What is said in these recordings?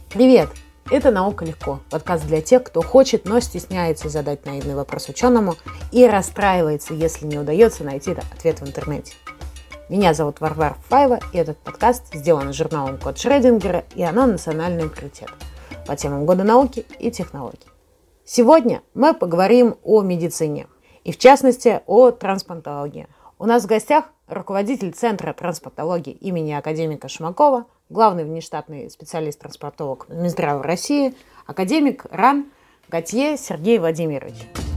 Привет! Это «Наука легко» – подкаст для тех, кто хочет, но стесняется задать наивный вопрос ученому и расстраивается, если не удается найти ответ в интернете. Меня зовут Варвара Фаева, и этот подкаст сделан журналом «Код Шрёдингера», и оно национальный приоритет по темам года науки и технологий. Сегодня мы поговорим о медицине, и в частности о трансплантологии. У нас в гостях руководитель Центра трансплантологии имени академика Шмакова, главный внештатный специалист-трансплантолог Минздрава России, академик РАН Готье Сергей Владимирович.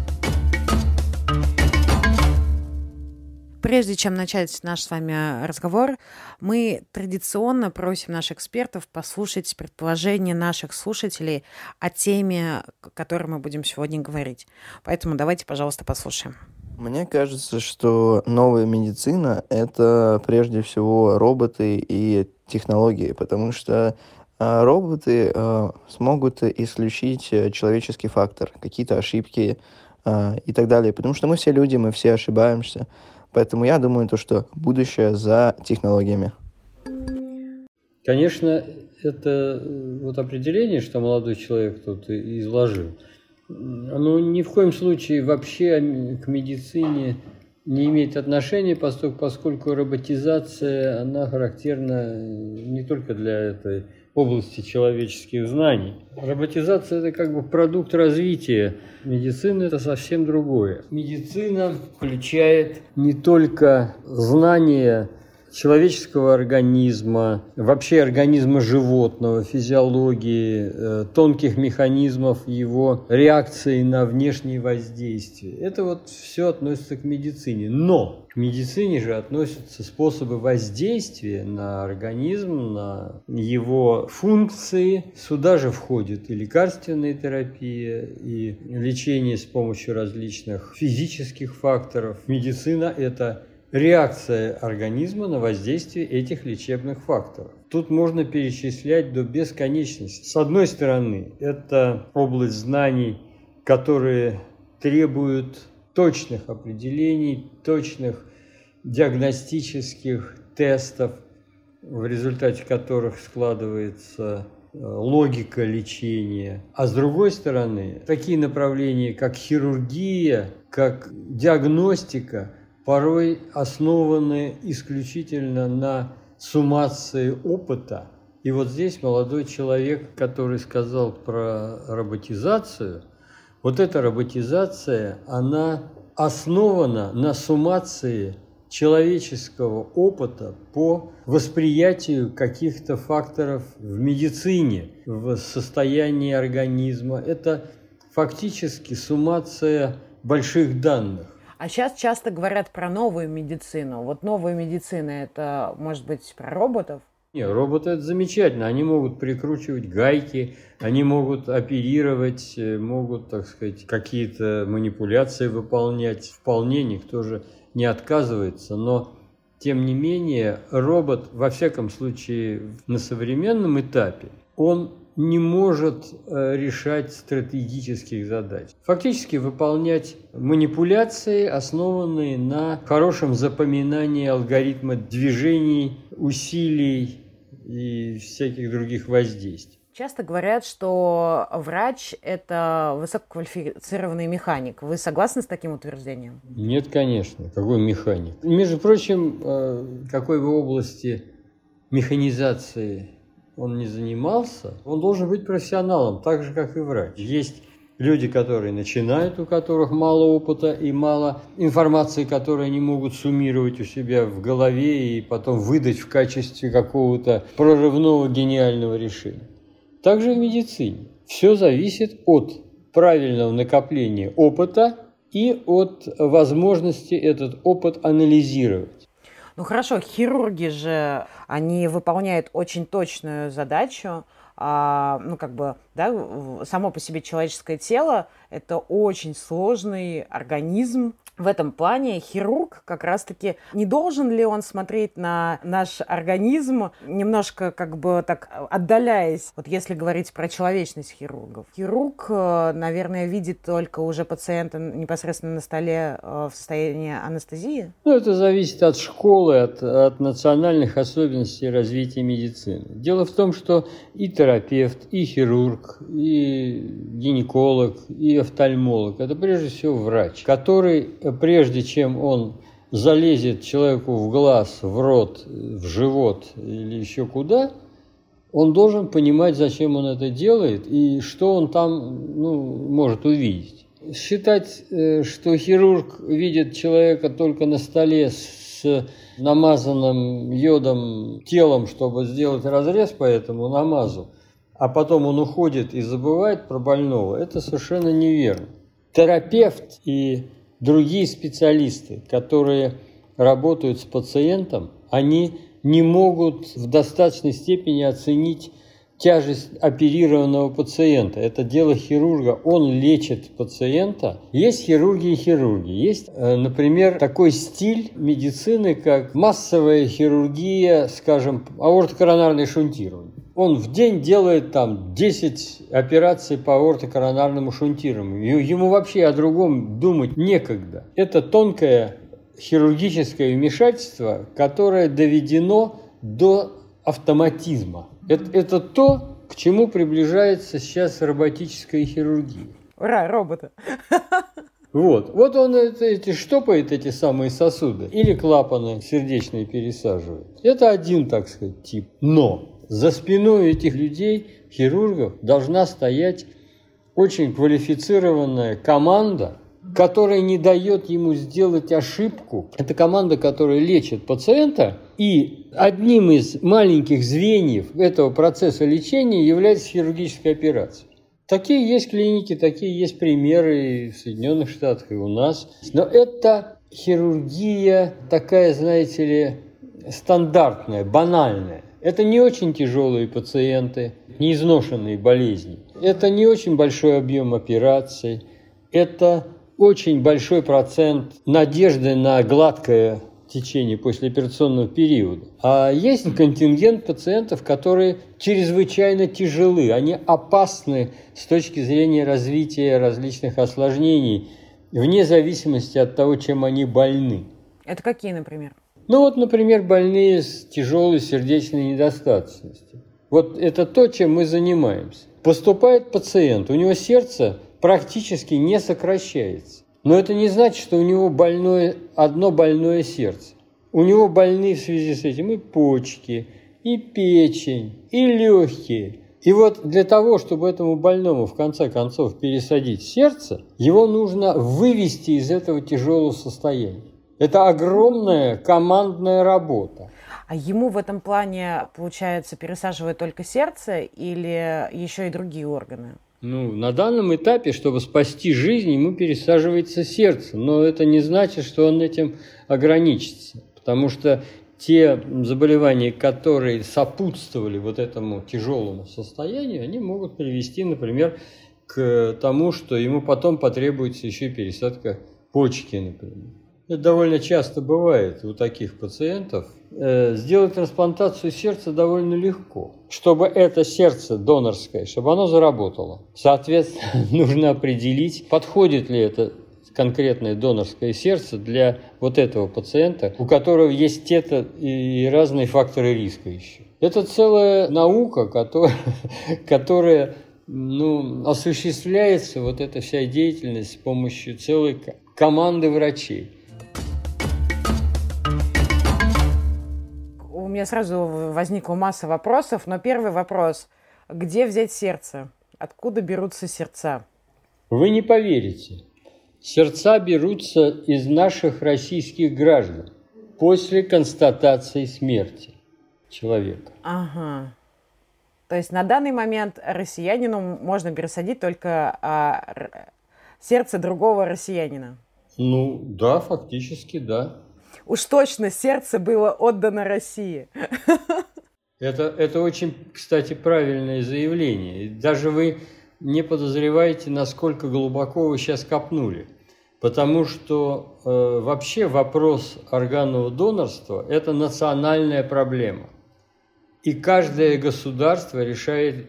Прежде чем начать наш с вами разговор, мы традиционно просим наших экспертов послушать предположения наших слушателей о теме, о которой мы будем сегодня говорить. Поэтому давайте, пожалуйста, послушаем. Мне кажется, что новая медицина — это прежде всего роботы и технологии, потому что роботы смогут исключить человеческий фактор, какие-то ошибки и так далее, потому что мы все люди, мы все ошибаемся. Поэтому я думаю, что будущее за технологиями. Конечно, это вот определение, что молодой человек тут изложил, оно ни в коем случае вообще к медицине не имеет отношения, поскольку роботизация, она характерна не только для этой области человеческих знаний. Роботизация – это как бы продукт развития. Медицина – это совсем другое. Медицина включает не только знания человеческого организма, вообще организма животного, физиологии, тонких механизмов его реакции на внешние воздействия. Это вот все относится к медицине. Но к медицине же относятся способы воздействия на организм, на его функции. Сюда же входит и лекарственная терапия, и лечение с помощью различных физических факторов. Медицина – это реакция организма на воздействие этих лечебных факторов. Тут можно перечислять до бесконечности. С одной стороны, это область знаний, которые требуют точных определений, точных диагностических тестов, в результате которых складывается логика лечения. А с другой стороны, такие направления, как хирургия, как диагностика, порой основаны исключительно на суммации опыта. И вот здесь молодой человек, который сказал про роботизацию, вот эта роботизация, она основана на суммации человеческого опыта по восприятию каких-то факторов в медицине, в состоянии организма. Это фактически суммация больших данных. А сейчас часто говорят про новую медицину. Вот новая медицина – это, может быть, про роботов? Нет, роботы – это замечательно. Они могут прикручивать гайки, они могут оперировать, могут, так сказать, какие-то манипуляции выполнять. Вполне никто же не отказывается. Но, тем не менее, робот, во всяком случае, на современном этапе, он не может решать стратегических задач. Фактически выполнять манипуляции, основанные на хорошем запоминании алгоритма движений, усилий и всяких других воздействий. Часто говорят, что врач – это высококвалифицированный механик. Вы согласны с таким утверждением? Нет, конечно. Какой механик? Между прочим, какой бы области механизации он не занимался, он должен быть профессионалом, так же, как и врач. Есть люди, которые начинают, у которых мало опыта и мало информации, которую они могут суммировать у себя в голове и потом выдать в качестве какого-то прорывного гениального решения. Также и в медицине. Все зависит от правильного накопления опыта и от возможности этот опыт анализировать. Ну хорошо, хирурги же, они выполняют очень точную задачу. Само по себе человеческое тело – это очень сложный организм. В этом плане хирург как раз-таки не должен ли он смотреть на наш организм, немножко как бы так отдаляясь, вот если говорить про человечность хирургов. Хирург, наверное, видит только уже пациента непосредственно на столе в состоянии анестезии? Ну, это зависит от школы, от национальных особенностей развития медицины. Дело в том, что и терапевт, и хирург, и гинеколог, и офтальмолог – это прежде всего врач, который, прежде чем он залезет человеку в глаз, в рот, в живот или еще куда, он должен понимать, зачем он это делает и что он там может увидеть. Считать, что хирург видит человека только на столе с намазанным йодом телом, чтобы сделать разрез по этому намазу, а потом он уходит и забывает про больного, это совершенно неверно. Терапевт и другие специалисты, которые работают с пациентом, они не могут в достаточной степени оценить тяжесть оперированного пациента. Это дело хирурга. Он лечит пациента. Есть хирурги и хирурги. Есть, например, такой стиль медицины, как массовая хирургия, скажем, аортокоронарное шунтирование. Он в день делает там 10 операций по аортокоронарному шунтированию. Ему вообще о другом думать некогда. Это тонкое хирургическое вмешательство, которое доведено до автоматизма. Это то, к чему приближается сейчас роботическая хирургия. Ура, роботы! Вот он штопает эти самые сосуды или клапаны сердечные пересаживает. Это один, так сказать, тип. Но за спиной этих людей, хирургов, должна стоять очень квалифицированная команда, которая не дает ему сделать ошибку. Это команда, которая лечит пациента, и одним из маленьких звеньев этого процесса лечения является хирургическая операция. Такие есть клиники, такие есть примеры и в Соединенных Штатах, и у нас. Но это хирургия такая, знаете ли, стандартная, банальная. Это не очень тяжелые пациенты, не изношенные болезни. Это не очень большой объем операций. Это очень большой процент надежды на гладкое течение послеоперационного периода. А есть контингент пациентов, которые чрезвычайно тяжелы. Они опасны с точки зрения развития различных осложнений, вне зависимости от того, чем они больны. Это какие, например? Например, больные с тяжелой сердечной недостаточностью. Вот это то, чем мы занимаемся. Поступает пациент, у него сердце практически не сокращается. Но это не значит, что у него одно больное сердце. У него больны в связи с этим и почки, и печень, и легкие. И вот для того, чтобы этому больному в конце концов пересадить сердце, его нужно вывести из этого тяжелого состояния. Это огромная командная работа. А ему в этом плане, получается, пересаживают только сердце или еще и другие органы? На данном этапе, чтобы спасти жизнь, ему пересаживается сердце. Но это не значит, что он этим ограничится. Потому что те заболевания, которые сопутствовали вот этому тяжелому состоянию, они могут привести, например, к тому, что ему потом потребуется еще и пересадка почки, например. Это довольно часто бывает у таких пациентов. Сделать трансплантацию сердца довольно легко. Чтобы это сердце донорское, чтобы оно заработало. Соответственно, нужно определить, подходит ли это конкретное донорское сердце для вот этого пациента, у которого есть и разные факторы риска еще. Это целая наука, которая осуществляется, вот эта вся деятельность с помощью целой команды врачей. У меня сразу возникла масса вопросов, но первый вопрос. Где взять сердце? Откуда берутся сердца? Вы не поверите. Сердца берутся из наших российских граждан после констатации смерти человека. Ага. То есть на данный момент россиянину можно пересадить только сердце другого россиянина? Да, фактически, да. Уж точно сердце было отдано России. Это очень, кстати, правильное заявление. Даже вы не подозреваете, насколько глубоко вы сейчас копнули. Потому что вообще вопрос органного донорства – это национальная проблема. И каждое государство решает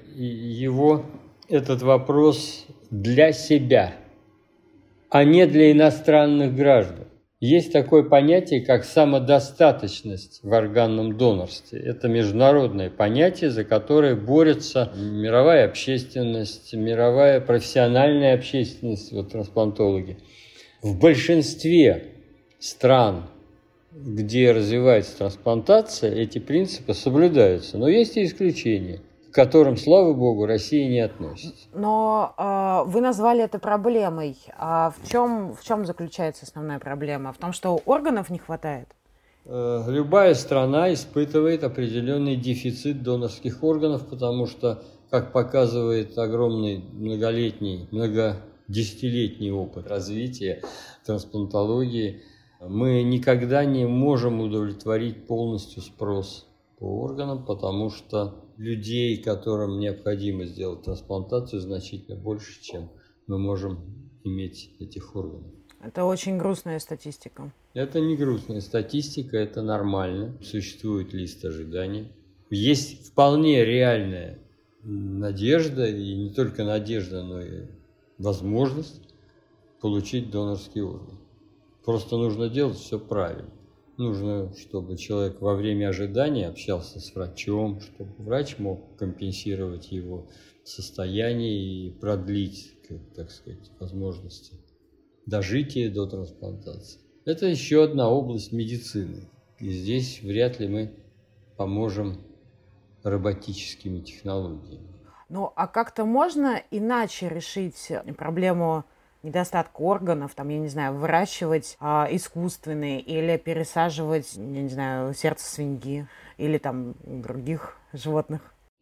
этот вопрос для себя, а не для иностранных граждан. Есть такое понятие, как самодостаточность в органном донорстве. Это международное понятие, за которое борется мировая общественность, мировая профессиональная общественность, трансплантологи. В большинстве стран, где развивается трансплантация, эти принципы соблюдаются. Но есть и исключения, к которым, слава богу, Россия не относится. Но вы назвали это проблемой. А в чем заключается основная проблема? В том, что органов не хватает? Любая страна испытывает определенный дефицит донорских органов, потому что, как показывает огромный многодесятилетний опыт развития трансплантологии, мы никогда не можем удовлетворить полностью спрос по органам, потому что людей, которым необходимо сделать трансплантацию, значительно больше, чем мы можем иметь этих органов. Это очень грустная статистика. Это не грустная статистика, это нормально. Существует лист ожидания. Есть вполне реальная надежда, и не только надежда, но и возможность получить донорский орган. Просто нужно делать все правильно. Нужно, чтобы человек во время ожидания общался с врачом, чтобы врач мог компенсировать его состояние и продлить, так сказать, возможности дожития до трансплантации. Это еще одна область медицины. И здесь вряд ли мы поможем роботическими технологиями. Ну, а как-то можно иначе решить проблему недостатка органов, выращивать искусственные или пересаживать, сердце свиньи или других животных?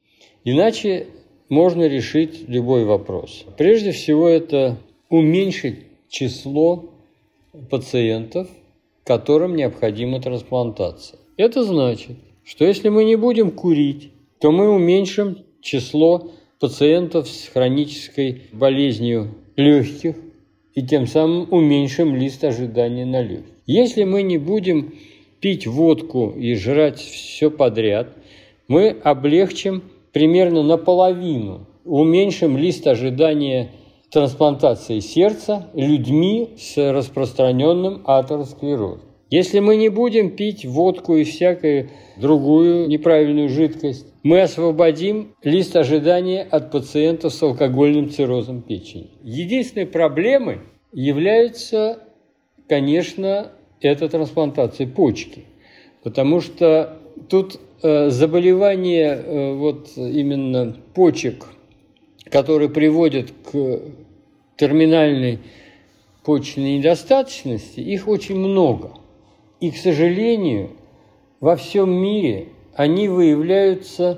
Иначе можно решить любой вопрос. Прежде всего, это уменьшить число пациентов, которым необходима трансплантация. Это значит, что если мы не будем курить, то мы уменьшим число пациентов с хронической болезнью легких, и тем самым уменьшим лист ожидания на легкие. Если мы не будем пить водку и жрать все подряд, мы облегчим примерно наполовину, уменьшим лист ожидания трансплантации сердца людьми с распространенным атеросклерозом. Если мы не будем пить водку и всякую другую неправильную жидкость, мы освободим лист ожидания от пациентов с алкогольным циррозом печени. Единственной проблемой является, конечно, эта трансплантация почки, потому что тут заболевания именно почек, которые приводят к терминальной почечной недостаточности, их очень много. И, к сожалению, во всем мире они выявляются,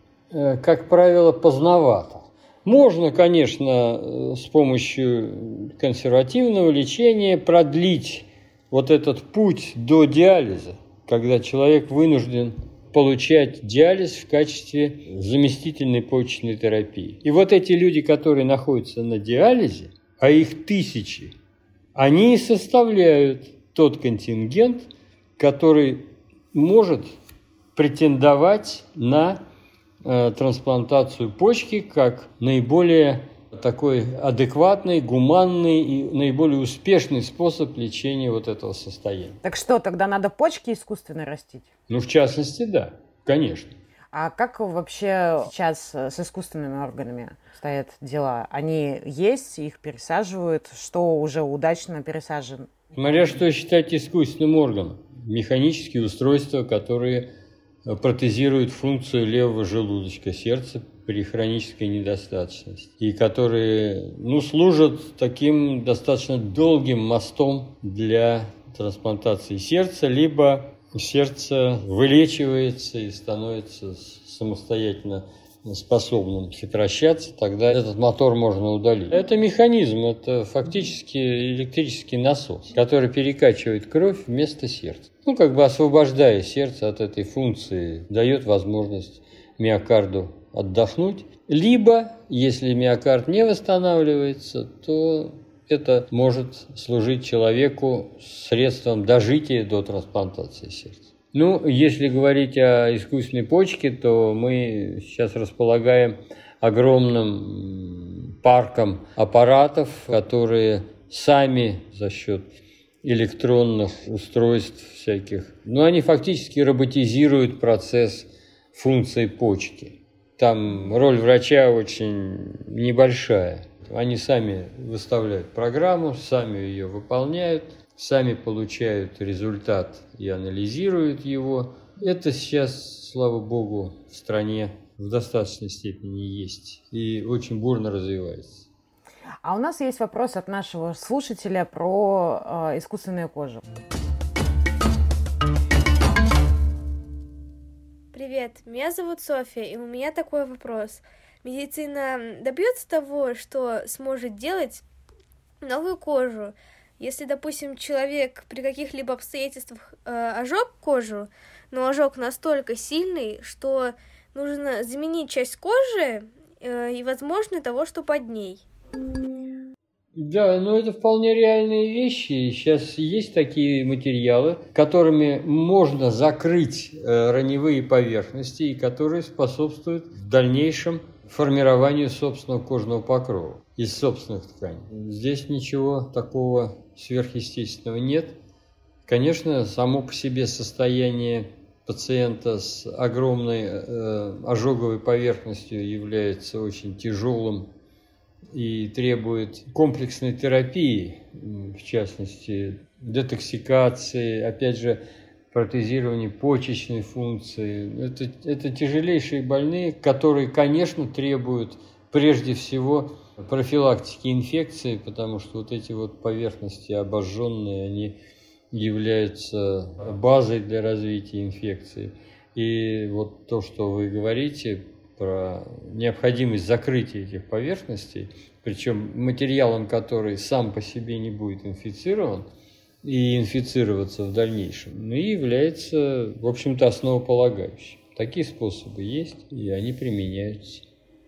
как правило, поздновато. Можно, конечно, с помощью консервативного лечения продлить этот путь до диализа, когда человек вынужден получать диализ в качестве заместительной почечной терапии. И эти люди, которые находятся на диализе, а их тысячи, они составляют тот контингент, который может претендовать на трансплантацию почки как наиболее такой адекватный, гуманный и наиболее успешный способ лечения этого состояния. Так что, тогда надо почки искусственно растить? В частности, да, конечно. А как вообще сейчас с искусственными органами стоят дела? Они есть, их пересаживают, что уже удачно пересажено? Смотря что считать искусственным органом. Механические устройства, которые протезируют функцию левого желудочка сердца при хронической недостаточности. И которые служат таким достаточно долгим мостом для трансплантации сердца, либо сердце вылечивается и становится самостоятельно способным сокращаться, тогда этот мотор можно удалить. Это механизм, это фактически электрический насос, который перекачивает кровь вместо сердца. Освобождая сердце от этой функции, дает возможность миокарду отдохнуть. Либо, если миокард не восстанавливается, то это может служить человеку средством дожития до трансплантации сердца. Ну, если говорить о искусственной почке, то мы сейчас располагаем огромным парком аппаратов, которые сами за счет электронных устройств всяких, они фактически роботизируют процесс функции почки. Там роль врача очень небольшая. Они сами выставляют программу, сами ее выполняют, сами получают результат и анализируют его. Это сейчас, слава богу, в стране в достаточной степени есть и очень бурно развивается. А у нас есть вопрос от нашего слушателя про искусственную кожу. Привет, меня зовут Софья, и у меня такой вопрос. Медицина добьется того, что сможет делать новую кожу? Если, допустим, человек при каких-либо обстоятельствах ожег кожу, но ожог настолько сильный, что нужно заменить часть кожи и, возможно, того, что под ней. Да, это вполне реальные вещи. Сейчас есть такие материалы, которыми можно закрыть раневые поверхности и которые способствуют в дальнейшем формированию собственного кожного покрова из собственных тканей. Здесь ничего такого сверхъестественного нет. Конечно, само по себе состояние пациента с огромной ожоговой поверхностью является очень тяжелым и требует комплексной терапии, в частности, детоксикации, опять же, протезирования почечной функции. Это тяжелейшие больные, которые, конечно, требуют прежде всего профилактики инфекции, потому что эти поверхности обожженные, они являются базой для развития инфекции. И то, что вы говорите про необходимость закрытия этих поверхностей, причем материалом, который сам по себе не будет инфицирован и инфицироваться в дальнейшем, и является, в общем-то, основополагающим. Такие способы есть, и они применяются.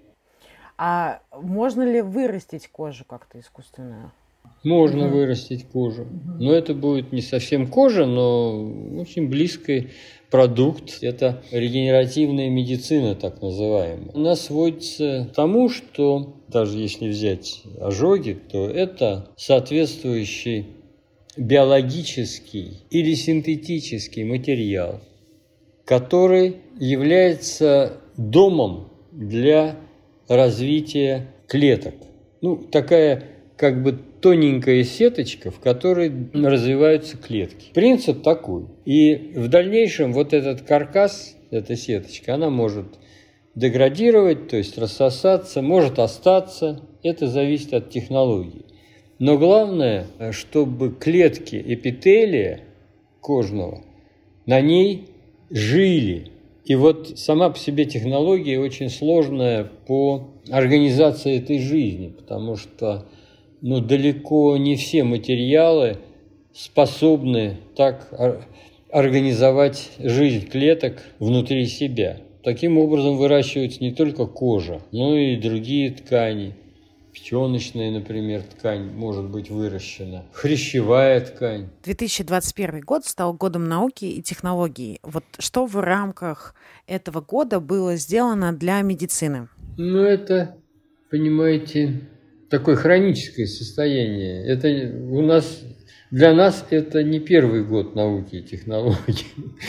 А можно ли вырастить кожу как-то искусственную? Можно вырастить кожу. Но это будет не совсем кожа, но очень близкий продукт. Это регенеративная медицина, так называемая. Она сводится к тому, что даже если взять ожоги, то это соответствующий биологический или синтетический материал, который является домом для развития клеток. Такая тоненькая сеточка, в которой развиваются клетки. Принцип такой. И в дальнейшем этот каркас, эта сеточка, она может деградировать, то есть рассосаться, может остаться. Это зависит от технологии. Но главное, чтобы клетки эпителия кожного на ней жили. И сама по себе технология очень сложная по организации этой жизни, потому что далеко не все материалы способны так организовать жизнь клеток внутри себя. Таким образом выращивается не только кожа, но и другие ткани. Печёночная, например, ткань может быть выращена, хрящевая ткань. 2021 год стал годом науки и технологий. Что в рамках этого года было сделано для медицины? Это, понимаете, такое хроническое состояние. Это для нас это не первый год науки и технологий.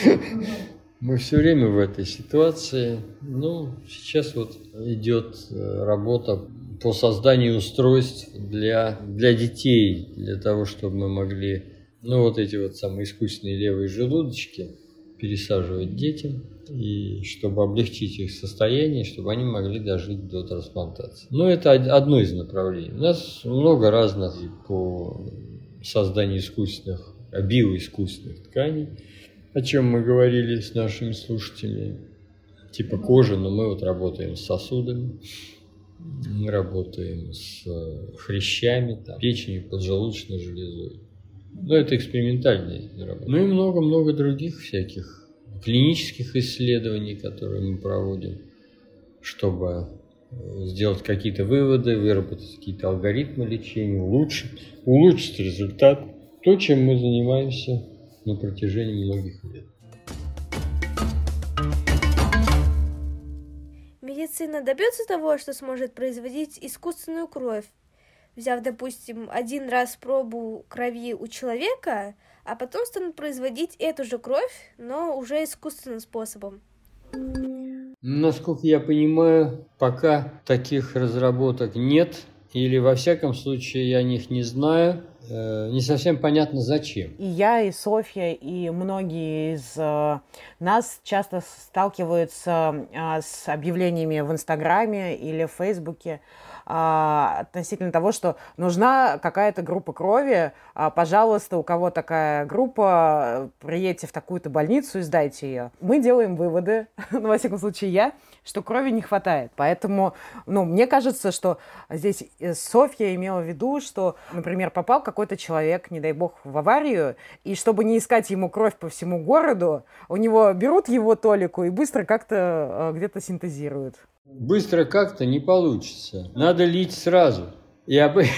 Мы все время в этой ситуации. Сейчас идет работа по созданию устройств для детей, для того, чтобы мы могли, эти самые искусственные левые желудочки пересаживать детям, и чтобы облегчить их состояние, чтобы они могли дожить до трансплантации. Это одно из направлений. У нас много разных по созданию искусственных, биоискусственных тканей, о чем мы говорили с нашими слушателями, типа кожи, но мы работаем с сосудами, мы работаем с хрящами, печенью, поджелудочной железой. Это экспериментальные работы. И много-много других всяких клинических исследований, которые мы проводим, чтобы сделать какие-то выводы, выработать какие-то алгоритмы лечения, улучшить результат. То, чем мы занимаемся на протяжении многих лет. Медицина добьется того, что сможет производить искусственную кровь, взяв, допустим, один раз пробу крови у человека, а потом станут производить эту же кровь, но уже искусственным способом. Насколько я понимаю, пока таких разработок нет, или во всяком случае я о них не знаю, не совсем понятно зачем. И я, и Софья, и многие из нас часто сталкиваются с объявлениями в Инстаграме или в Фейсбуке относительно того, что нужна какая-то группа крови, пожалуйста, у кого такая группа, приедьте в такую-то больницу и сдайте ее. Мы делаем выводы, ну, во всяком случае я, что крови не хватает. Поэтому, мне кажется, что здесь Софья имела в виду, что, например, попал какой-то человек, не дай бог, в аварию, и чтобы не искать ему кровь по всему городу, у него берут его толику и быстро как-то где-то синтезируют. Быстро как-то не получится. Надо лить сразу. И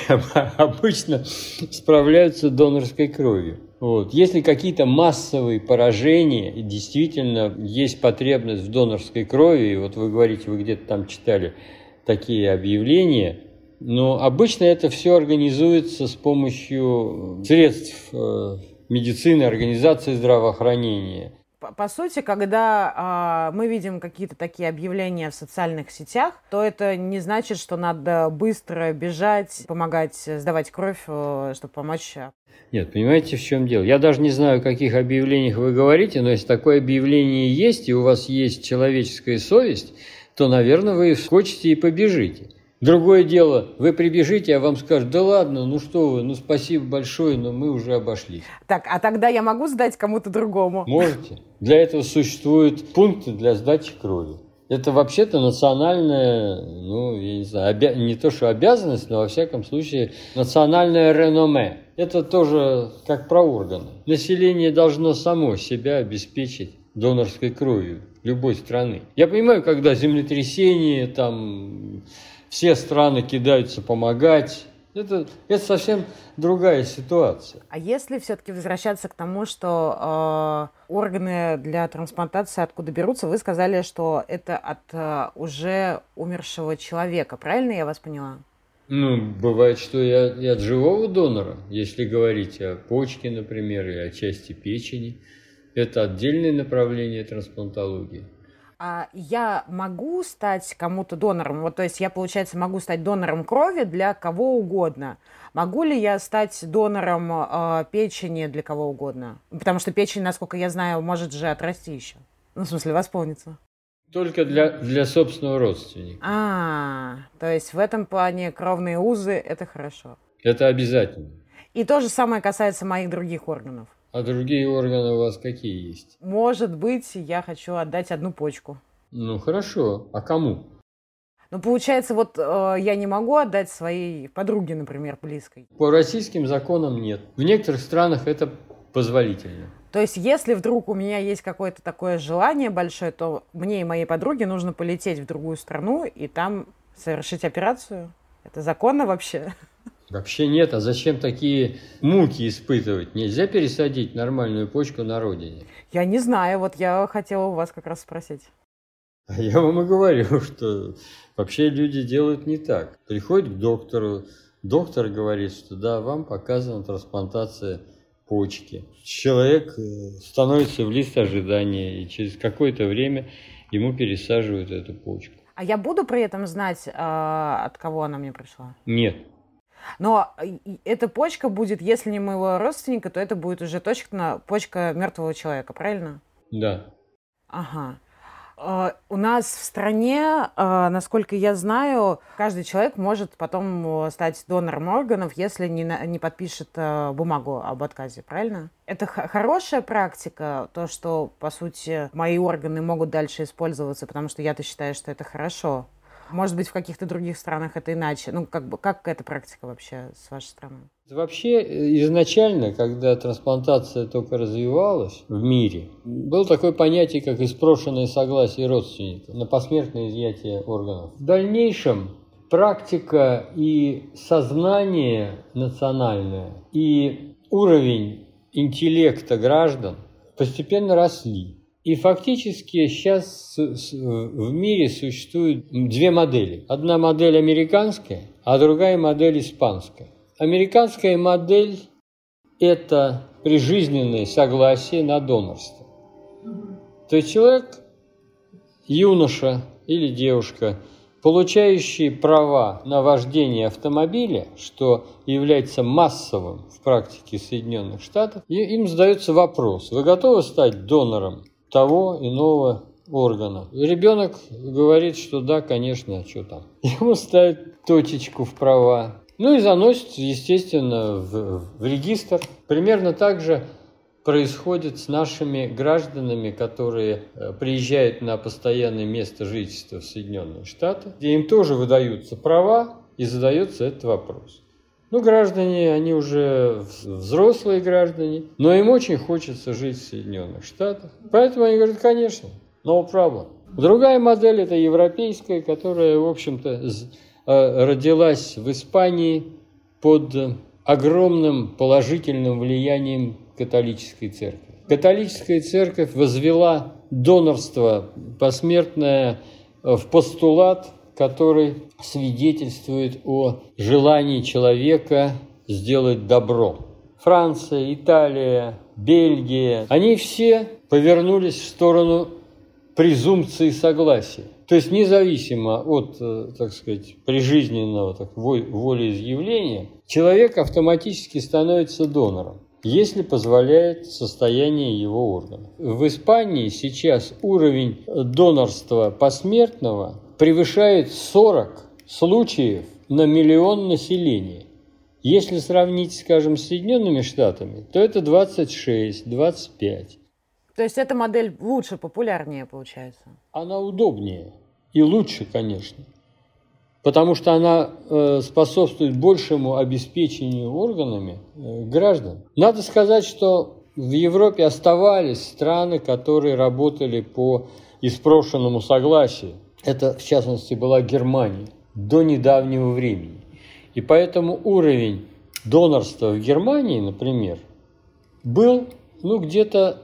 обычно справляются донорской кровью. Если какие-то массовые поражения, и действительно есть потребность в донорской крови, и вы говорите, вы где-то там читали такие объявления, но обычно это все организуется с помощью средств медицины, организации здравоохранения. По сути, когда мы видим какие-то такие объявления в социальных сетях, то это не значит, что надо быстро бежать, помогать сдавать кровь, чтобы помочь. Нет, понимаете, в чем дело? Я даже не знаю, о каких объявлениях вы говорите, но если такое объявление есть, и у вас есть человеческая совесть, то, наверное, вы вскочите и побежите. Другое дело, вы прибежите, а вам скажут, да ладно, что вы, спасибо большое, но мы уже обошлись. Так, а тогда я могу сдать кому-то другому? Можете. Для этого существуют пункты для сдачи крови. Это вообще-то национальная, я не знаю, не то что обязанность, но во всяком случае национальное реноме. Это тоже как про органы. Население должно само себя обеспечить донорской кровью любой страны. Я понимаю, когда землетрясение, все страны кидаются помогать. Это совсем другая ситуация. А если все-таки возвращаться к тому, что органы для трансплантации откуда берутся, вы сказали, что это от уже умершего человека. Правильно я вас поняла? Бывает, что и от живого донора, если говорить о почке, например, и о части печени. Это отдельное направление трансплантологии. А я могу стать кому-то донором? То есть я, получается, могу стать донором крови для кого угодно. Могу ли я стать донором печени для кого угодно? Потому что печень, насколько я знаю, может же отрасти еще. В смысле, восполниться. Только для собственного родственника. То есть в этом плане кровные узы – это хорошо. Это обязательно. И то же самое касается моих других органов. А другие органы у вас какие есть? Может быть, я хочу отдать одну почку. Хорошо. А кому? Получается, я не могу отдать своей подруге, например, близкой. По российским законам нет. В некоторых странах это позволительно. То есть, если вдруг у меня есть какое-то такое желание большое, то мне и моей подруге нужно полететь в другую страну и там совершить операцию? Это законно вообще? Вообще нет. А зачем такие муки испытывать? Нельзя пересадить нормальную почку на родине? Я не знаю. Я хотела у вас как раз спросить. А я вам и говорю, что вообще люди делают не так. Приходят к доктору, доктор говорит, что да, вам показана трансплантация почки. Человек становится в лист ожидания, и через какое-то время ему пересаживают эту почку. А я буду при этом знать, от кого она мне пришла? Нет. Но эта почка будет, если не моего родственника, то это будет уже точно почка мертвого человека, правильно? Да. Ага. У нас в стране, насколько я знаю, каждый человек может потом стать донором органов, если не подпишет бумагу об отказе, правильно? Это хорошая практика, то, что, по сути, мои органы могут дальше использоваться, потому что я-то считаю, что это хорошо. Может быть, в каких-то других странах это иначе. Ну, как эта практика вообще с вашей стороны? Вообще, изначально, когда трансплантация только развивалась в мире, было такое понятие, как испрошенное согласие родственников на посмертное изъятие органов. В дальнейшем практика и сознание национальное, и уровень интеллекта граждан постепенно росли. И фактически сейчас в мире существуют две модели. Одна модель американская, а другая модель испанская. Американская модель – это прижизненное согласие на донорство. То есть человек, юноша или девушка, получающие права на вождение автомобиля, что является массовым в практике Соединенных Штатов, им задается вопрос: вы готовы стать донором того иного органа? Ребенок говорит, что да, конечно, а что там? Ему ставят точечку в права. Ну и заносят, естественно, в регистр. Примерно так же происходит с нашими гражданами, которые приезжают на постоянное место жительства в Соединенные Штаты, где им тоже выдаются права, и задается этот вопрос. Ну, граждане, они уже взрослые граждане, но им очень хочется жить в Соединенных Штатах. Поэтому они говорят, конечно, no problem. Другая модель – это европейская, которая, в общем-то, родилась в Испании под огромным положительным влиянием католической церкви. Католическая церковь возвела донорство посмертное в постулат, который свидетельствует о желании человека сделать добро. Франция, Италия, Бельгия, они все повернулись в сторону презумпции согласия. То есть независимо от, так сказать, прижизненного волеизъявления, человек автоматически становится донором, если позволяет состояние его органов. В Испании сейчас уровень донорства посмертного превышает 40 случаев на миллион населения. Если сравнить, скажем, с Соединенными Штатами, то это 26-25. То есть эта модель лучше, популярнее получается? Она удобнее и лучше, конечно, потому что она способствует большему обеспечению органами граждан. Надо сказать, что в Европе оставались страны, которые работали по испрошенному согласию. Это, в частности, была Германия до недавнего времени. И поэтому уровень донорства в Германии, например, был где-то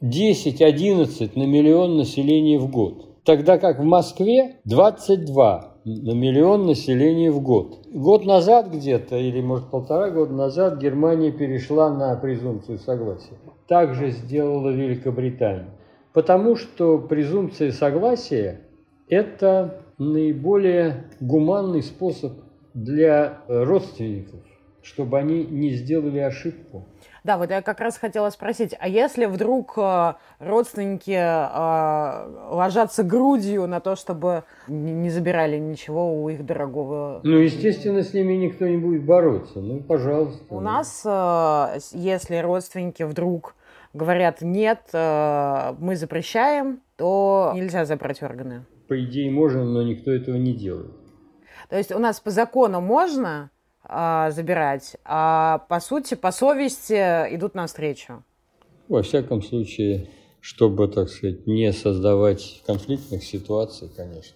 10-11 на миллион населения в год. Тогда как в Москве 22 на миллион населения в год. Год назад где-то, или может полтора года назад, Германия перешла на презумпцию согласия. Так же сделала Великобритания. Потому что презумпция согласия – это наиболее гуманный способ для родственников, чтобы они не сделали ошибку. Да, вот я как раз хотела спросить, а если вдруг родственники ложатся грудью на то, чтобы не забирали ничего у их дорогого... Ну, естественно, с ними никто не будет бороться. Ну, пожалуйста. У нас, если родственники вдруг говорят «нет, мы запрещаем», то нельзя забрать органы. По идее можно, но никто этого не делает. То есть у нас по закону можно забирать, а по сути, по совести идут навстречу. Во всяком случае, чтобы, так сказать, не создавать конфликтных ситуаций, конечно.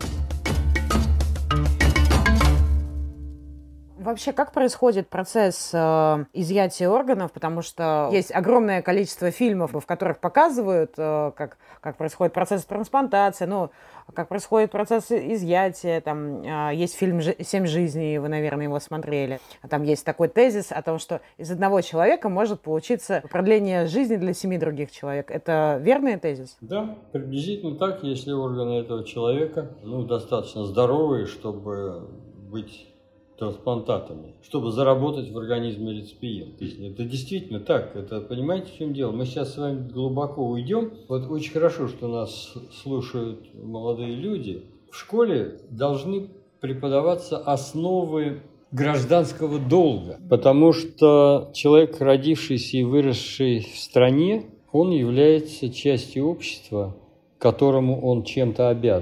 Вообще, как происходит процесс изъятия органов? Потому что есть огромное количество фильмов, в которых показывают, как происходит процесс трансплантации, как происходит процесс изъятия. Там есть фильм «7 жизней», вы, наверное, его смотрели. Там есть такой тезис о том, что из одного человека может получиться продление жизни для 7 других человек. Это верный тезис? Да, приблизительно так, если органы этого человека достаточно здоровые, чтобы быть трансплантатами, чтобы заработать в организме реципиента. Это действительно так. Это, понимаете, в чем дело? Мы сейчас с вами глубоко уйдем. Вот очень хорошо, что нас слушают молодые люди. В школе должны преподаваться основы гражданского долга, потому что человек, родившийся и выросший в стране, он является частью общества, которому он чем-то обязан.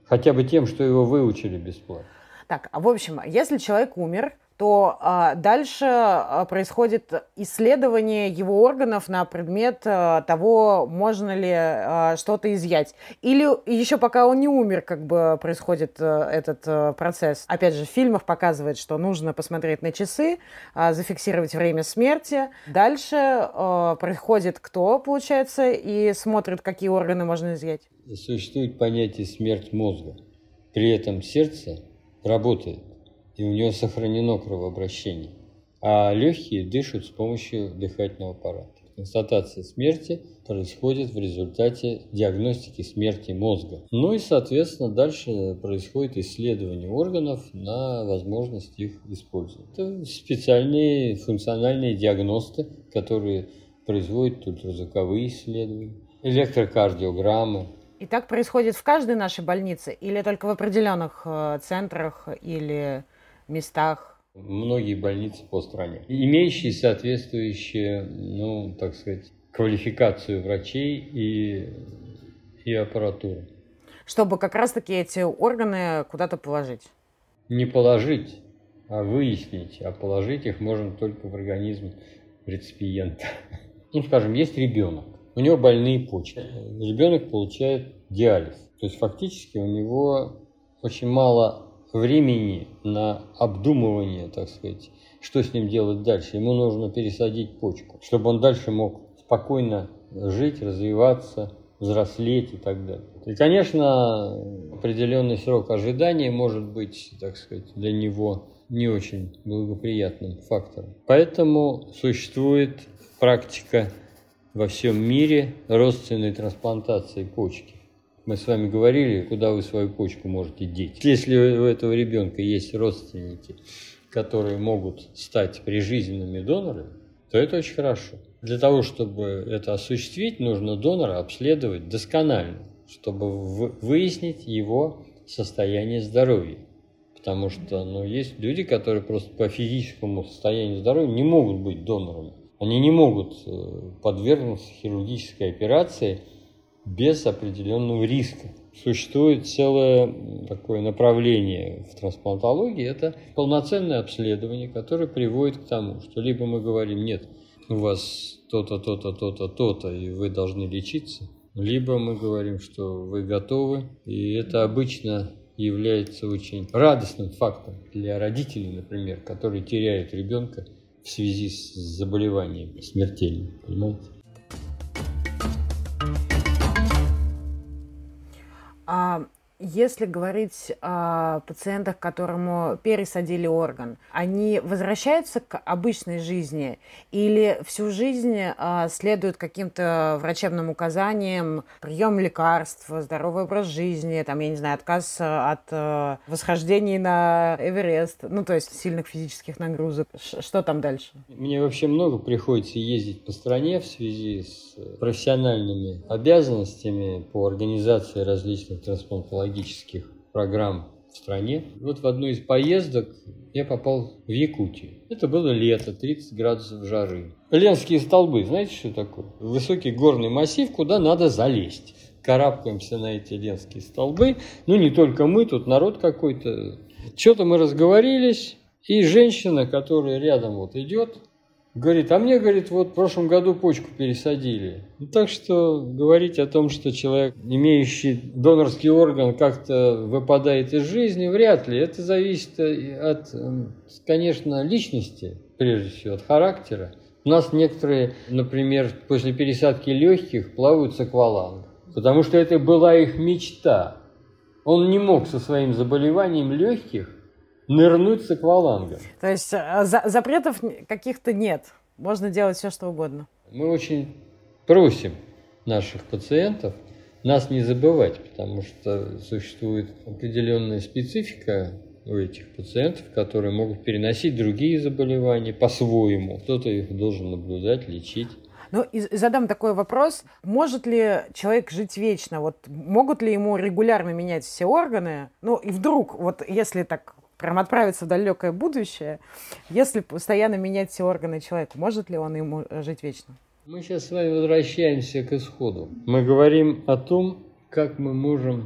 Хотя бы тем, что его выучили бесплатно. Так, в общем, если человек умер, то дальше происходит исследование его органов на предмет того, можно ли что-то изъять. Или еще пока он не умер, как бы происходит этот процесс. Опять же, в фильмах показывает, что нужно посмотреть на часы, зафиксировать время смерти. Дальше приходит кто, получается, и смотрит, какие органы можно изъять. Существует понятие «смерть мозга». При этом сердце работает, и у него сохранено кровообращение, а легкие дышат с помощью дыхательного аппарата. Констатация смерти происходит в результате диагностики смерти мозга. Ну и, соответственно, дальше происходит исследование органов на возможность их использовать. Это специальные функциональные диагносты, которые производят ультразвуковые исследования, электрокардиограммы. И так происходит в каждой нашей больнице или только в определенных центрах или местах? Многие больницы по стране, имеющие соответствующие, так сказать, квалификацию врачей и аппаратуру. Чтобы как раз-таки эти органы куда-то положить? Не положить, а выяснить. А положить их можно только в организм реципиента. Скажем, есть ребенок, у него больные почки. Ребенок получает диализ. То есть фактически у него очень мало времени на обдумывание, так сказать, что с ним делать дальше. Ему нужно пересадить почку, чтобы он дальше мог спокойно жить, развиваться, взрослеть и так далее. И, конечно, определенный срок ожидания может быть, так сказать, для него не очень благоприятным фактором. Поэтому существует практика во всем мире родственной трансплантации почки. Мы с вами говорили, куда вы свою почку можете деть. Если у этого ребенка есть родственники, которые могут стать прижизненными донорами, то это очень хорошо. Для того, чтобы это осуществить, нужно донора обследовать досконально, чтобы выяснить его состояние здоровья. Потому что есть люди, которые просто по физическому состоянию здоровья не могут быть донорами. Они не могут подвергнуться хирургической операции без определенного риска. Существует целое такое направление в трансплантологии, это полноценное обследование, которое приводит к тому, что либо мы говорим, нет, у вас то-то, то-то, то-то, то-то, и вы должны лечиться, либо мы говорим, что вы готовы, и это обычно является очень радостным фактом для родителей, например, которые теряют ребенка в связи с заболеванием смертельным, понимаете? Если говорить о пациентах, которому пересадили орган, они возвращаются к обычной жизни или всю жизнь следуют каким-то врачебным указаниям, прием лекарств, здоровый образ жизни, я не знаю, отказ от восхождений на Эверест, то есть сильных физических нагрузок. Что там дальше? Мне вообще много приходится ездить по стране в связи с профессиональными обязанностями по организации различных трансплантологических программ в стране. Вот в одну из поездок я попал в Якутию. Это было лето, 30 градусов жары. Ленские столбы, знаете, что такое? Высокий горный массив, куда надо залезть. Карабкаемся на эти Ленские столбы. Не только мы, тут народ какой-то. Что-то мы разговорились, и женщина, которая рядом идет, говорит, мне, в прошлом году почку пересадили. Так что говорить о том, что человек, имеющий донорский орган, как-то выпадает из жизни, вряд ли. Это зависит от, конечно, личности, прежде всего, от характера. У нас некоторые, например, после пересадки легких плавают с аквалангом, потому что это была их мечта. Он не мог со своим заболеванием легких нырнуть с аквалангом. То есть запретов каких-то нет. Можно делать все, что угодно. Мы очень просим наших пациентов нас не забывать, потому что существует определенная специфика у этих пациентов, которые могут переносить другие заболевания по-своему. Кто-то их должен наблюдать, лечить. И задам такой вопрос. Может ли человек жить вечно? Могут ли ему регулярно менять все органы? И вдруг, если так прям отправиться в далекое будущее, если постоянно менять все органы человеку, может ли он ему жить вечно? Мы сейчас с вами возвращаемся к исходу. Мы говорим о том, как мы можем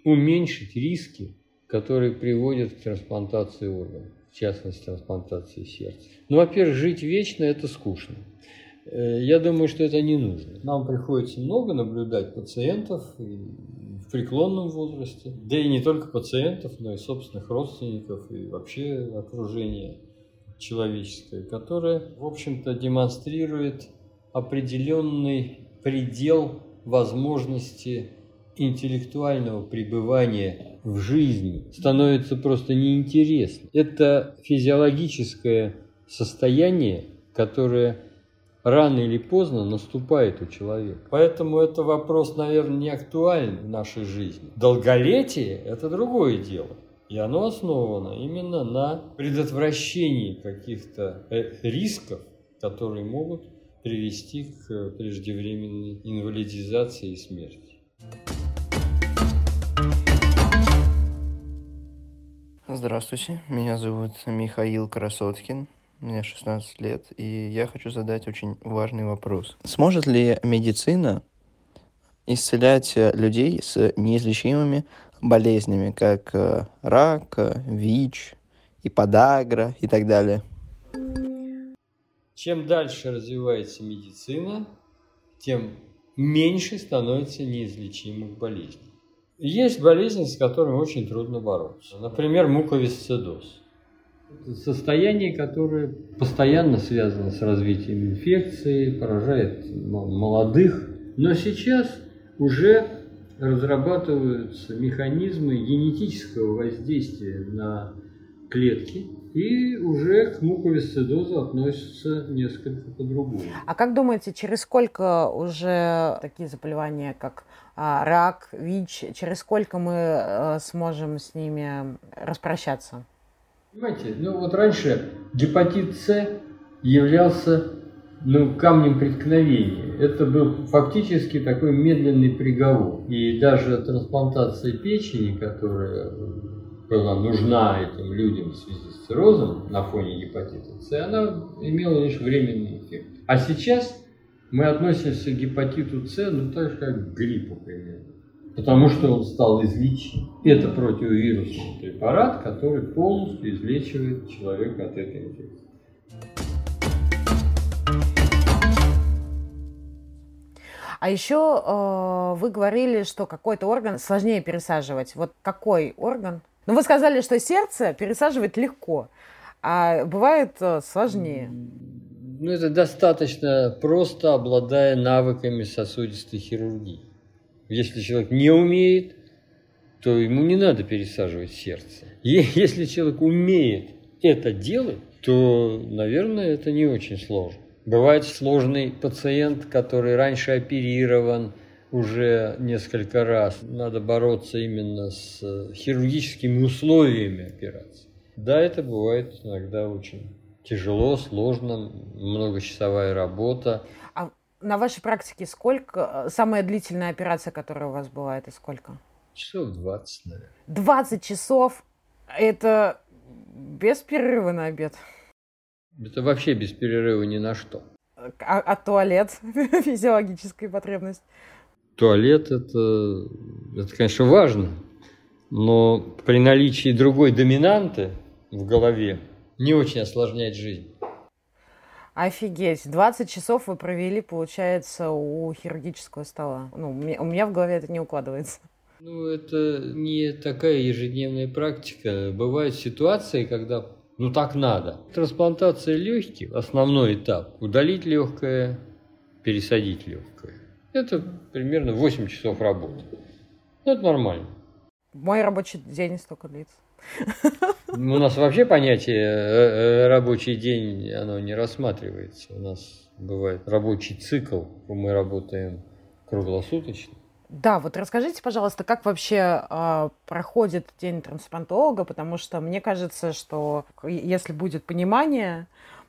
уменьшить риски, которые приводят к трансплантации органов, в частности, трансплантации сердца. Ну, во-первых, жить вечно – это скучно. Я думаю, что это не нужно. Нам приходится много наблюдать пациентов в преклонном возрасте, да и не только пациентов, но и собственных родственников, и вообще окружение человеческое, которое, в общем-то, демонстрирует определенный предел возможности интеллектуального пребывания в жизни, становится просто неинтересно. Это физиологическое состояние, которое рано или поздно наступает у человека. Поэтому это вопрос, наверное, не актуален в нашей жизни. Долголетие – это другое дело. И оно основано именно на предотвращении каких-то рисков, которые могут привести к преждевременной инвалидизации и смерти. Здравствуйте, меня зовут Михаил Красоткин, мне 16 лет, и я хочу задать очень важный вопрос. Сможет ли медицина исцелять людей с неизлечимыми болезнями, как рак, ВИЧ, и подагра и так далее? Чем дальше развивается медицина, тем меньше становится неизлечимых болезней. Есть болезни, с которыми очень трудно бороться. Например, муковисцидоз. Это состояние, которое постоянно связано с развитием инфекции, поражает молодых. Но сейчас уже разрабатываются механизмы генетического воздействия на клетки, и уже к муковисцидозу относятся несколько по-другому. А как думаете, через сколько уже такие заболевания, как рак, ВИЧ, через сколько мы сможем с ними распрощаться? Понимаете, вот раньше гепатит С являлся камнем преткновения. Это был фактически такой медленный приговор. И даже трансплантация печени, которая была нужна этим людям в связи с циррозом на фоне гепатита С, она имела лишь временный эффект. А сейчас мы относимся к гепатиту С так же, как к гриппу примерно. Потому что он стал излечим. Это противовирусный препарат, который полностью излечивает человека от этой инфекции. А еще вы говорили, что какой-то орган сложнее пересаживать. Вот какой орган? Вы сказали, что сердце пересаживать легко, а бывает сложнее. Это достаточно просто, обладая навыками сосудистой хирургии. Если человек не умеет, то ему не надо пересаживать сердце. Если человек умеет это делать, то, наверное, это не очень сложно. Бывает сложный пациент, который раньше оперирован уже несколько раз. Надо бороться именно с хирургическими условиями операции. Да, это бывает иногда очень тяжело, сложно, многочасовая работа. А на вашей практике сколько? Самая длительная операция, которая у вас была, это сколько? Часов 20, наверное. 20 часов? Это без перерыва на обед? Это вообще без перерыва ни на что. А туалет? Физиологическая потребность? Туалет это, конечно, важно, но при наличии другой доминанты в голове не очень осложняет жизнь. Офигеть, 20 часов вы провели, получается, у хирургического стола. У меня в голове это не укладывается. Это не такая ежедневная практика. Бывают ситуации, когда так надо. Трансплантация легких, основной этап. Удалить легкое, пересадить легкое. Это примерно 8 часов работы. Это нормально. Мой рабочий день столько длится. У нас вообще понятие рабочий день, оно не рассматривается. У нас бывает рабочий цикл, мы работаем круглосуточно. Да, расскажите, пожалуйста, как вообще проходит день трансплантолога, потому что мне кажется, что если будет понимание,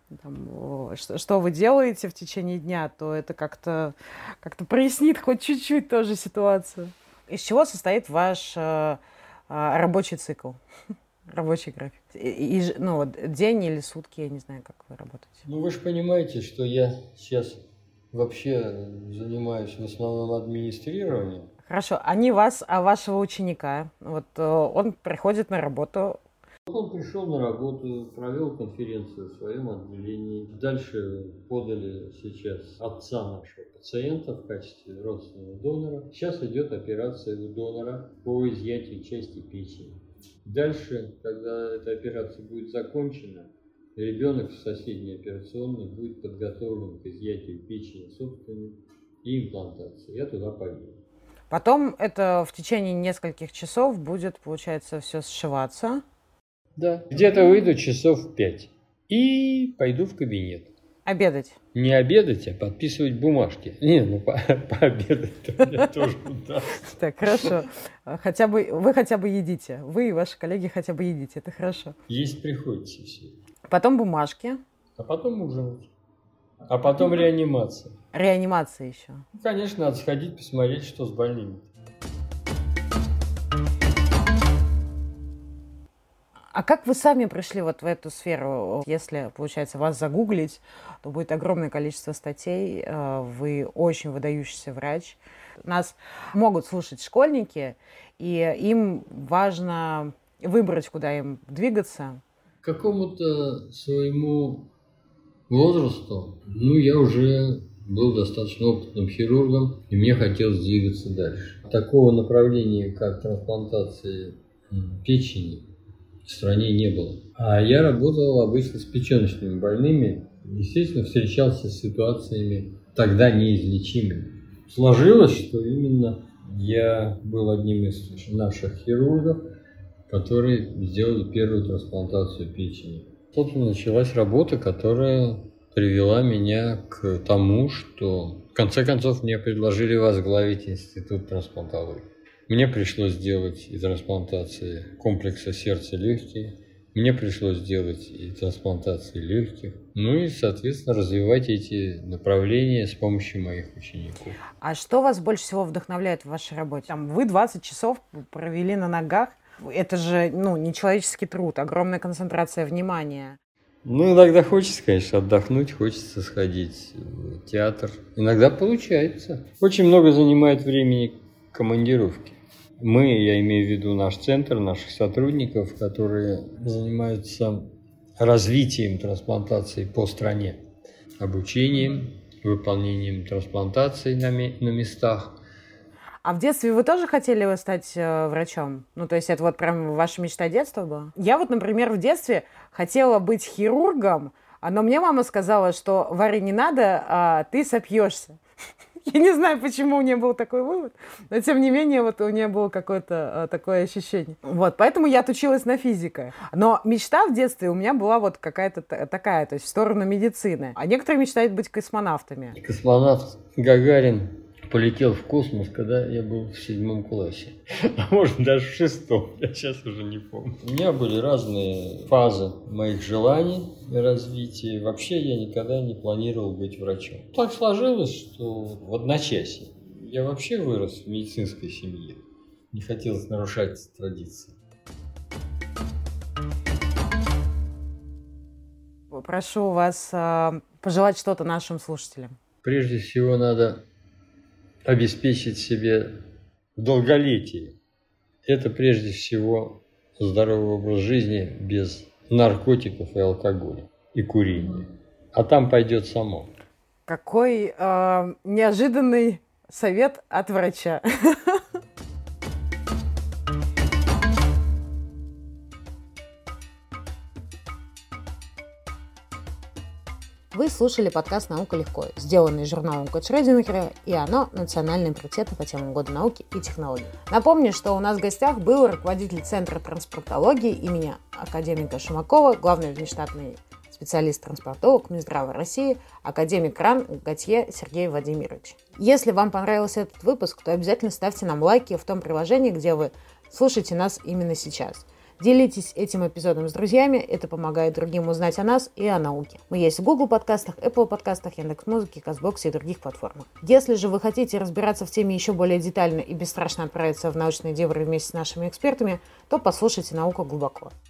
что вы делаете в течение дня, то это как-то прояснит хоть чуть-чуть тоже ситуацию. Из чего состоит ваш рабочий цикл, рабочий график? День или сутки, я не знаю, как вы работаете. Вы же понимаете, что я сейчас вообще занимаюсь в основном администрированием. Хорошо, они вас, а вашего ученика, вот он приходит на работу. Он пришел на работу, провел конференцию в своем отделении. Дальше подали сейчас отца нашего пациента в качестве родственного донора. Сейчас идет операция у донора по изъятию части печени. Дальше, когда эта операция будет закончена, ребенок в соседней операционной будет подготовлен к изъятию печени собственной и имплантации. Я туда поеду. Потом это в течение нескольких часов будет, получается, все сшиваться. Да. Где-то выйду часов в 5 и пойду в кабинет. Обедать. Не обедать, а подписывать бумажки. Не, пообедать-то мне тоже удастся. Так, хорошо. Вы хотя бы едите. Вы и ваши коллеги хотя бы едите. Это хорошо. Есть приходится все. Потом бумажки. А потом ужинать. А потом реанимация. Реанимация еще. Конечно, надо сходить посмотреть, что с больными. А как вы сами пришли вот в эту сферу? Если, получается, вас загуглить, то будет огромное количество статей. Вы очень выдающийся врач. Нас могут слушать школьники, и им важно выбрать, куда им двигаться. К какому-то своему возрасту, я уже был достаточно опытным хирургом, и мне хотелось двигаться дальше. Такого направления, как трансплантация печени, в стране не было. А я работал обычно с печеночными больными, естественно, встречался с ситуациями тогда неизлечимыми. Сложилось, что именно я был одним из наших хирургов, которые сделали первую трансплантацию печени. Собственно, началась работа, которая привела меня к тому, что в конце концов мне предложили возглавить институт трансплантологии. Мне пришлось сделать и трансплантации комплекса сердца-легкие, мне пришлось сделать и трансплантации легких, и, соответственно, развивать эти направления с помощью моих учеников. А что вас больше всего вдохновляет в вашей работе? Вы 20 часов провели на ногах. Это же, нечеловеческий труд, огромная концентрация внимания. Иногда хочется, конечно, отдохнуть, хочется сходить в театр. Иногда получается. Очень много занимает времени командировки. Я имею в виду наш центр, наших сотрудников, которые занимаются развитием трансплантации по стране, обучением, выполнением трансплантаций на местах. А в детстве вы тоже хотели стать врачом? То есть это вот прям ваша мечта детства была? Я например, в детстве хотела быть хирургом, но мне мама сказала, что Варе не надо, а ты сопьешься. Я не знаю, почему у нее был такой вывод, но тем не менее у нее было какое-то такое ощущение. Поэтому я отучилась на физика. Но мечта в детстве у меня была какая-то такая, то есть в сторону медицины. А некоторые мечтают быть космонавтами. Космонавт Гагарин полетел в космос, когда я был в 7 классе. А может, даже в 6. Я сейчас уже не помню. У меня были разные фазы моих желаний и развития. Вообще я никогда не планировал быть врачом. Так сложилось, что в одночасье. Я вообще вырос в медицинской семье. Не хотелось нарушать традиции. Прошу вас пожелать что-то нашим слушателям. Прежде всего надо обеспечить себе долголетие. Это прежде всего здоровый образ жизни без наркотиков и алкоголя, и курения. А там пойдет само. Какой неожиданный совет от врача. Вы слушали подкаст «Наука легко», сделанный журналом Код Шрёдингера, и оно – национальный приоритет по темам года науки и технологий. Напомню, что у нас в гостях был руководитель Центра трансплантологии имени академика Шумакова, главный внештатный специалист-трансплантолог Минздрава России, академик РАН Готье Сергей Владимирович. Если вам понравился этот выпуск, то обязательно ставьте нам лайки в том приложении, где вы слушаете нас именно сейчас. Делитесь этим эпизодом с друзьями, это помогает другим узнать о нас и о науке. Мы есть в Google подкастах, Apple подкастах, Яндекс.Музыке, Казбоксе и других платформах. Если же вы хотите разбираться в теме еще более детально и бесстрашно отправиться в научные дебри вместе с нашими экспертами, то послушайте «Наука глубоко».